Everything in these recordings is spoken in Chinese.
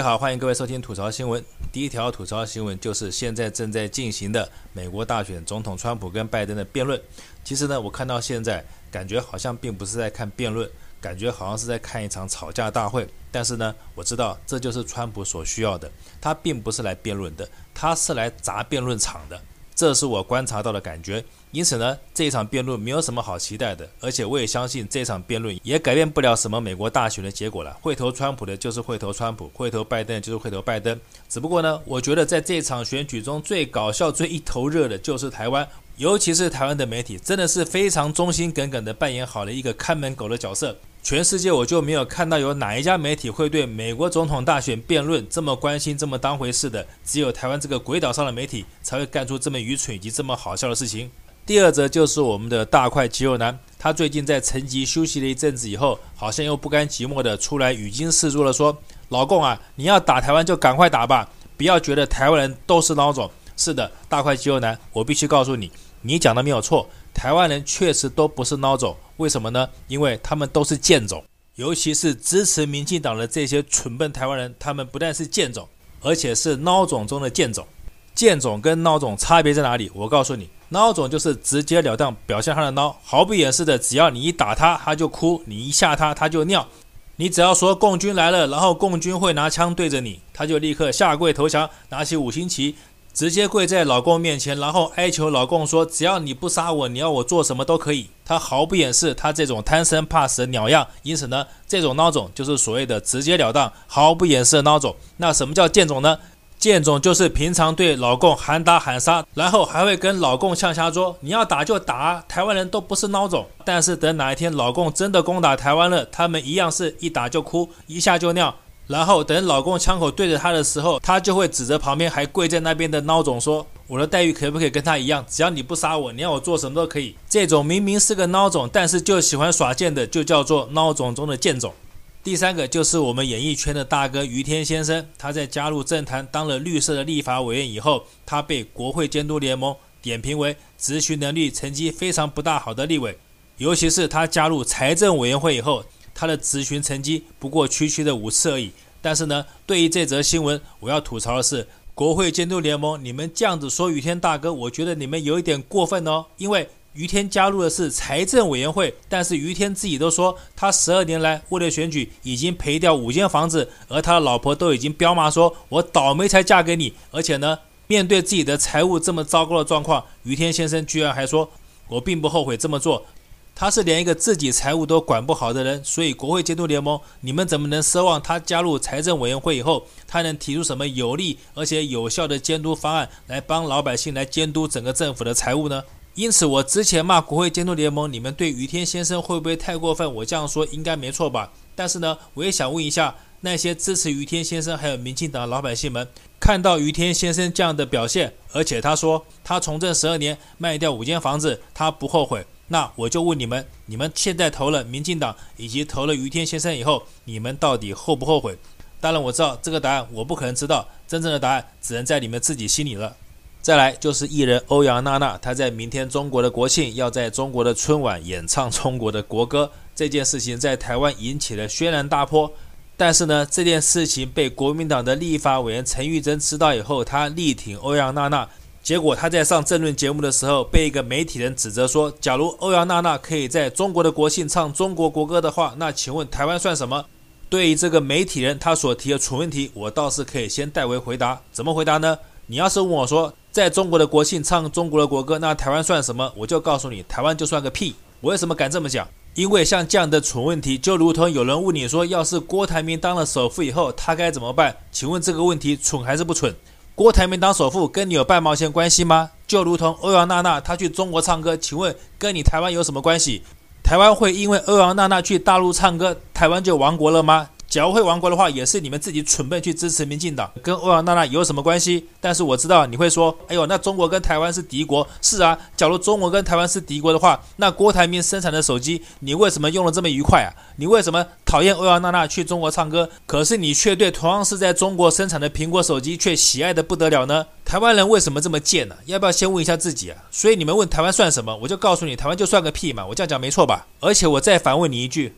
好，欢迎各位收听吐槽新闻。第一条吐槽新闻就是现在正在进行的美国大选总统川普跟拜登的辩论。其实呢，我看到现在感觉好像并不是在看辩论，感觉好像是在看一场吵架大会。但是呢，我知道这就是川普所需要的，他并不是来辩论的，他是来砸辩论场的。这是我观察到的感觉，因此呢，这一场辩论没有什么好期待的，而且我也相信这场辩论也改变不了什么美国大选的结果了。会投川普的就是会投川普，会投拜登的就是会投拜登。只不过呢，我觉得在这场选举中最搞笑、最一头热的就是台湾，尤其是台湾的媒体，真的是非常忠心耿耿的扮演好了一个看门狗的角色。全世界我就没有看到有哪一家媒体会对美国总统大选辩论这么关心、这么当回事的，只有台湾这个鬼岛上的媒体才会干出这么愚蠢以及这么好笑的事情。第二则就是我们的大块肌肉男，他最近在沉寂休息了一阵子以后，好像又不甘寂寞的出来语惊四座的说：“老共啊，你要打台湾就赶快打吧，不要觉得台湾人都是孬种。”是的，大块肌肉男，我必须告诉你，你讲的没有错，台湾人确实都不是孬种。为什么呢？因为他们都是贱种，尤其是支持民进党的这些蠢笨台湾人，他们不但是贱种，而且是孬种中的贱种。贱种跟孬种差别在哪里？我告诉你，孬种就是直截了当表现他的孬，毫不掩饰的，只要你一打他，他就哭；你一吓他，他就尿。你只要说共军来了，然后共军会拿枪对着你，他就立刻下跪投降，拿起五星旗，直接跪在老共面前，然后哀求老共说，只要你不杀我，你要我做什么都可以。他毫不掩饰他这种贪生怕死的鸟样，因此呢，这种孬种就是所谓的直截了当毫不掩饰的孬种。那什么叫贱种呢？贱种就是平常对老共喊打喊杀，然后还会跟老共呛瞎说，你要打就打，台湾人都不是孬种。但是等哪一天老共真的攻打台湾了，他们一样是一打就哭，一下就尿。然后等老共枪口对着他的时候，他就会指着旁边还跪在那边的孬种说，我的待遇可不可以跟他一样，只要你不杀我，你要我做什么都可以。这种明明是个孬种，但是就喜欢耍贱的，就叫做孬种中的贱种。第三个就是我们演艺圈的大哥于天先生，他在加入政坛当了绿色的立法委员以后，他被国会监督联盟点评为质询能力成绩非常不大好的立委，尤其是他加入财政委员会以后，他的质询成绩不过区区的5次而已。但是呢，对于这则新闻，我要吐槽的是，国会监督联盟，你们这样子说于天大哥，我觉得你们有一点过分哦。因为于天加入的是财政委员会，但是于天自己都说，他12年来为了选举已经赔掉5间房子，而他的老婆都已经彪骂说，我倒霉才嫁给你。而且呢，面对自己的财务这么糟糕的状况，于天先生居然还说，我并不后悔这么做。他是连一个自己财务都管不好的人，所以国会监督联盟，你们怎么能奢望他加入财政委员会以后，他能提出什么有力而且有效的监督方案来帮老百姓来监督整个政府的财务呢？因此我之前骂国会监督联盟，你们对于天先生会不会太过分？我这样说应该没错吧？但是呢，我也想问一下那些支持于天先生还有民进党的老百姓们，看到于天先生这样的表现，而且他说他从政12年卖掉5间房子，他不后悔。那我就问你们，你们现在投了民进党以及投了于天先生以后，你们到底后不后悔？当然我知道这个答案我不可能知道，真正的答案只能在你们自己心里了。再来就是艺人欧阳娜娜，她在明天中国的国庆要在中国的春晚演唱中国的国歌，这件事情在台湾引起了轩然大波。但是呢，这件事情被国民党的立法委员陈玉珍知道以后，他力挺欧阳娜娜。结果他在上政论节目的时候，被一个媒体人指责说，假如欧阳娜娜可以在中国的国庆唱中国国歌的话，那请问台湾算什么？对于这个媒体人他所提的蠢问题，我倒是可以先代为回答。怎么回答呢？你要是问我说，在中国的国庆唱中国的国歌，那台湾算什么？我就告诉你，台湾就算个屁。我为什么敢这么讲？因为像这样的蠢问题，就如同有人问你说，要是郭台铭当了首富以后，他该怎么办？请问这个问题蠢还是不蠢？郭台铭当首富跟你有半毛钱关系吗？就如同欧阳娜娜她去中国唱歌，请问跟你台湾有什么关系？台湾会因为欧阳娜娜去大陆唱歌，台湾就亡国了吗？假如会亡国的话，也是你们自己蠢笨去支持民进党，跟欧阳娜娜有什么关系？但是我知道你会说，哎呦，那中国跟台湾是敌国。是啊，假如中国跟台湾是敌国的话，那郭台铭生产的手机，你为什么用得这么愉快啊？你为什么讨厌欧阳娜娜去中国唱歌，可是你却对同样是在中国生产的苹果手机却喜爱的不得了呢？台湾人为什么这么贱呢？要不要先问一下自己啊？所以你们问台湾算什么，我就告诉你，台湾就算个屁嘛，我这样讲没错吧？而且我再反问你一句，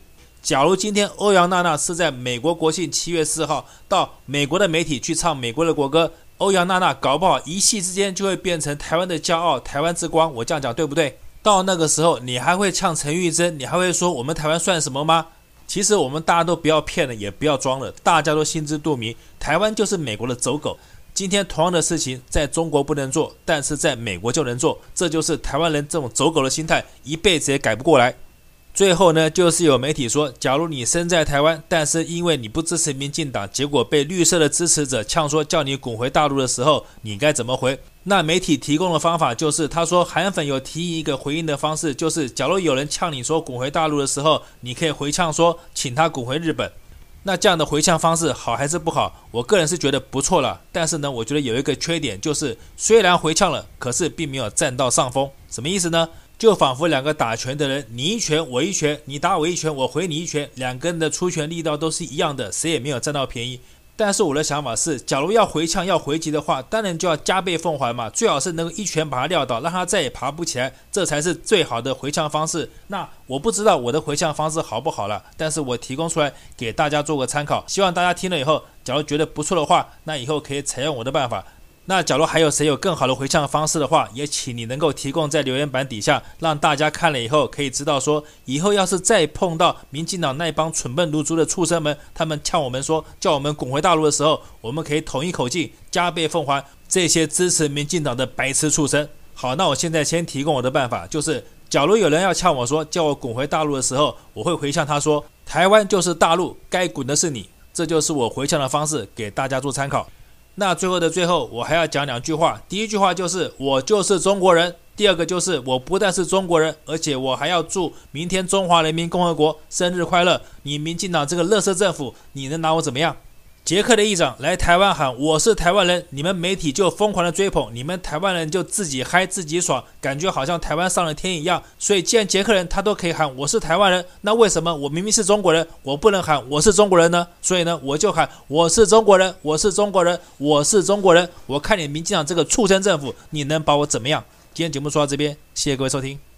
假如今天欧阳娜娜是在美国国庆7月4号到美国的媒体去唱美国的国歌，欧阳娜娜搞不好一夕之间就会变成台湾的骄傲，台湾之光，我这样讲对不对？到那个时候你还会呛陈玉珍，你还会说我们台湾算什么吗？其实我们大家都不要骗了，也不要装了，大家都心知肚明，台湾就是美国的走狗。今天同样的事情在中国不能做，但是在美国就能做，这就是台湾人这种走狗的心态，一辈子也改不过来。最后呢，就是有媒体说，假如你身在台湾，但是因为你不支持民进党，结果被绿色的支持者呛说叫你滚回大陆的时候，你该怎么回？那媒体提供的方法就是，他说韩粉有提议一个回应的方式，就是假如有人呛你说滚回大陆的时候，你可以回呛说请他滚回日本。那这样的回呛方式好还是不好？我个人是觉得不错了，但是呢，我觉得有一个缺点，就是虽然回呛了，可是并没有占到上风。什么意思呢？就仿佛两个打拳的人，你一拳我一拳，你打我一拳我回你一拳，两个人的出拳力道都是一样的，谁也没有占到便宜。但是我的想法是，假如要回呛要回击的话，当然就要加倍奉还嘛，最好是能够一拳把他撂倒，让他再也爬不起来，这才是最好的回呛方式。那我不知道我的回呛方式好不好了，但是我提供出来给大家做个参考，希望大家听了以后，假如觉得不错的话，那以后可以采用我的办法。那假如还有谁有更好的回呛方式的话，也请你能够提供在留言板底下，让大家看了以后可以知道说，以后要是再碰到民进党那帮蠢笨如猪的畜生们，他们呛我们说叫我们滚回大陆的时候，我们可以统一口径，加倍奉还这些支持民进党的白痴畜生。好，那我现在先提供我的办法，就是假如有人要呛我说叫我滚回大陆的时候，我会回呛他说台湾就是大陆，该滚的是你。这就是我回呛的方式，给大家做参考。那最后的最后，我还要讲两句话。第一句话就是我就是中国人，第二个就是我不但是中国人，而且我还要祝明天中华人民共和国生日快乐。你民进党这个垃圾政府，你能拿我怎么样？捷克的议长来台湾喊我是台湾人，你们媒体就疯狂的追捧，你们台湾人就自己嗨自己爽，感觉好像台湾上了天一样。所以既然捷克人他都可以喊我是台湾人，那为什么我明明是中国人，我不能喊我是中国人呢？所以呢，我就喊我是中国人，我是中国人，我是中国人。我看你民进党这个畜生政府，你能把我怎么样？今天节目说到这边，谢谢各位收听。